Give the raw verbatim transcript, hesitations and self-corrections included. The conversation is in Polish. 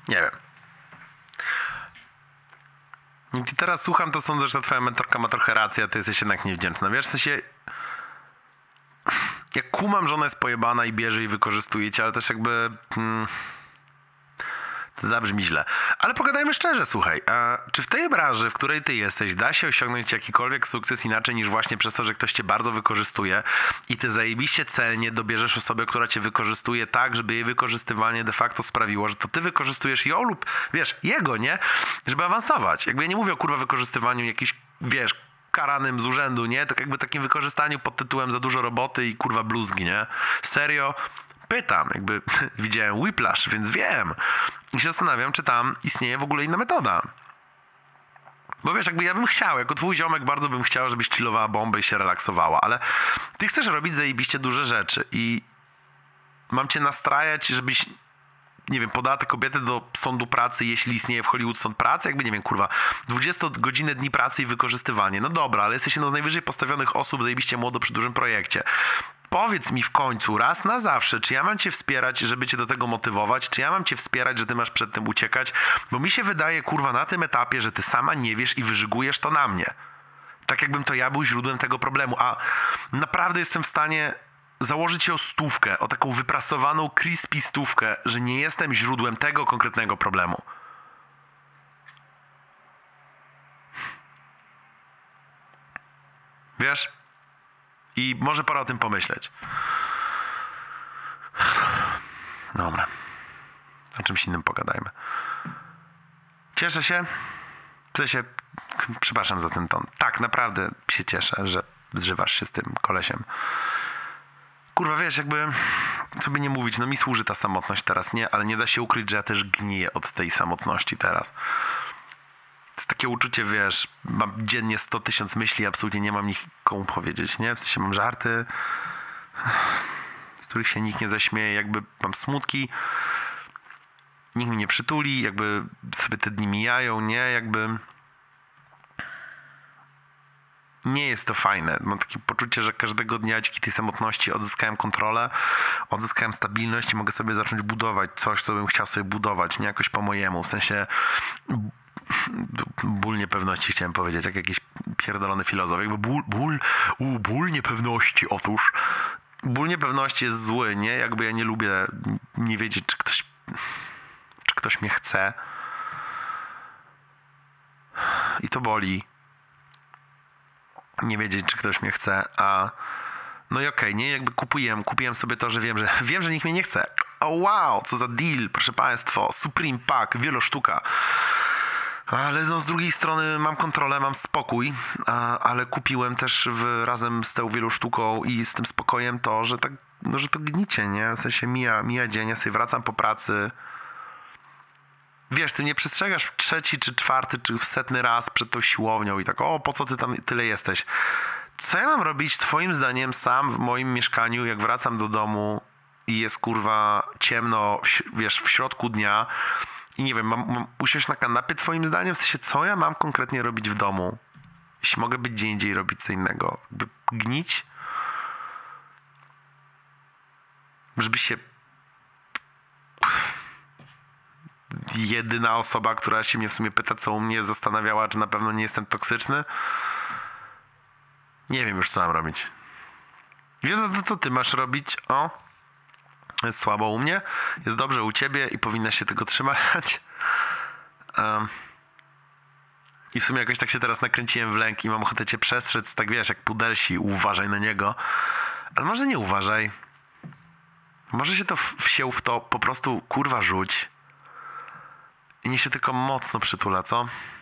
Nie wiem. Jak ci teraz słucham, to sądzę, że ta twoja mentorka ma trochę rację, a ty jesteś jednak niewdzięczna. Wiesz, w sensie... Ja kumam, że ona jest pojebana i bierze i wykorzystuje cię, ale też jakby... Hmm, to zabrzmi źle. Ale pogadajmy szczerze, słuchaj. A czy w tej branży, w której ty jesteś, da się osiągnąć jakikolwiek sukces inaczej niż właśnie przez to, że ktoś cię bardzo wykorzystuje i ty zajebiście celnie dobierzesz osobę, która cię wykorzystuje tak, żeby jej wykorzystywanie de facto sprawiło, że to ty wykorzystujesz ją lub, wiesz, jego, nie? Żeby awansować. Jakby ja nie mówię o kurwa wykorzystywaniu jakiś, wiesz, karanym z urzędu, nie? Tak jakby takim wykorzystaniu pod tytułem za dużo roboty i kurwa bluzgi, nie? Serio? Pytam, jakby widziałem Whiplash, więc wiem. I się zastanawiam, czy tam istnieje w ogóle inna metoda. Bo wiesz, jakby ja bym chciał, jako twój ziomek bardzo bym chciał, żebyś chillowała bombę i się relaksowała, ale ty chcesz robić zajebiście duże rzeczy i mam cię nastrajać, żebyś, nie wiem, podała te kobiety do sądu pracy, jeśli istnieje w Hollywood sąd pracy, jakby, nie wiem, kurwa, dwudziestogodzinne dni pracy i wykorzystywanie. No dobra, ale jesteś jedną z najwyżej postawionych osób, zajebiście młodo przy dużym projekcie. Powiedz mi w końcu, raz na zawsze, czy ja mam cię wspierać, żeby cię do tego motywować, czy ja mam cię wspierać, że ty masz przed tym uciekać, bo mi się wydaje, kurwa, na tym etapie, że ty sama nie wiesz i wyżygujesz to na mnie. Tak jakbym to ja był źródłem tego problemu, a naprawdę jestem w stanie założyć się o stówkę, o taką wyprasowaną crispy stówkę, że nie jestem źródłem tego konkretnego problemu. Wiesz? I może pora o tym pomyśleć. Dobra. O czymś innym pogadajmy. Cieszę się. W sensie, przepraszam za ten ton. Tak, naprawdę się cieszę, że zżywasz się z tym kolesiem. Kurwa, wiesz, jakby, co by nie mówić, no mi służy ta samotność teraz, nie? Ale nie da się ukryć, że ja też gniję od tej samotności teraz. To jest takie uczucie, wiesz, mam dziennie sto tysięcy myśli, absolutnie nie mam nikomu powiedzieć, nie? W sensie mam żarty, z których się nikt nie zaśmieje, jakby mam smutki, nikt mnie nie przytuli, jakby sobie te dni mijają, nie? Jakby nie jest to fajne. Mam takie poczucie, że każdego dnia dzięki tej samotności odzyskałem kontrolę, odzyskałem stabilność i mogę sobie zacząć budować coś, co bym chciał sobie budować, nie jakoś po mojemu, w sensie ból niepewności chciałem powiedzieć, jak jakiś pierdolony filozof. Jakby ból, ból, u, ból niepewności. Otóż ból niepewności jest zły, nie? Jakby ja nie lubię nie wiedzieć, czy ktoś czy ktoś mnie chce. I to boli. Nie wiedzieć, czy ktoś mnie chce, a no i okej, okay, nie? Jakby kupiłem, kupiłem sobie to, że wiem, że wiem, że nikt mnie nie chce. O wow, co za deal, proszę państwa. Supreme Pack, wielosztuka. Ale no, z drugiej strony mam kontrolę, mam spokój, a, ale kupiłem też w, razem z tą wielosztuką i z tym spokojem to, że, tak, no, że to gnicie, nie? W sensie mija, mija dzień, ja sobie wracam po pracy. Wiesz, ty mnie przestrzegasz trzeci, czy czwarty, czy setny raz przed tą siłownią i tak, o, po co ty tam tyle jesteś? Co ja mam robić twoim zdaniem sam w moim mieszkaniu, jak wracam do domu i jest kurwa ciemno, wiesz, w środku dnia i nie wiem, mam, mam usiąść na kanapie twoim zdaniem? W sensie, co ja mam konkretnie robić w domu? Jeśli mogę być gdzie indziej robić co innego. Jakby gnić? Żeby się... Jedyna osoba, która się mnie w sumie pyta, co u mnie, zastanawiała, czy na pewno nie jestem toksyczny. Nie wiem już, co mam robić. Wiem za to, co ty masz robić. O, jest słabo u mnie, jest dobrze u ciebie i powinnaś się tego trzymać. Um. I w sumie jakoś tak się teraz nakręciłem w lęk i mam ochotę cię przestrzec, tak wiesz, jak pudelsi, uważaj na niego. Ale może nie uważaj. Może się to wsiął w to, po prostu kurwa rzuć. I niech się tylko mocno przytula, co?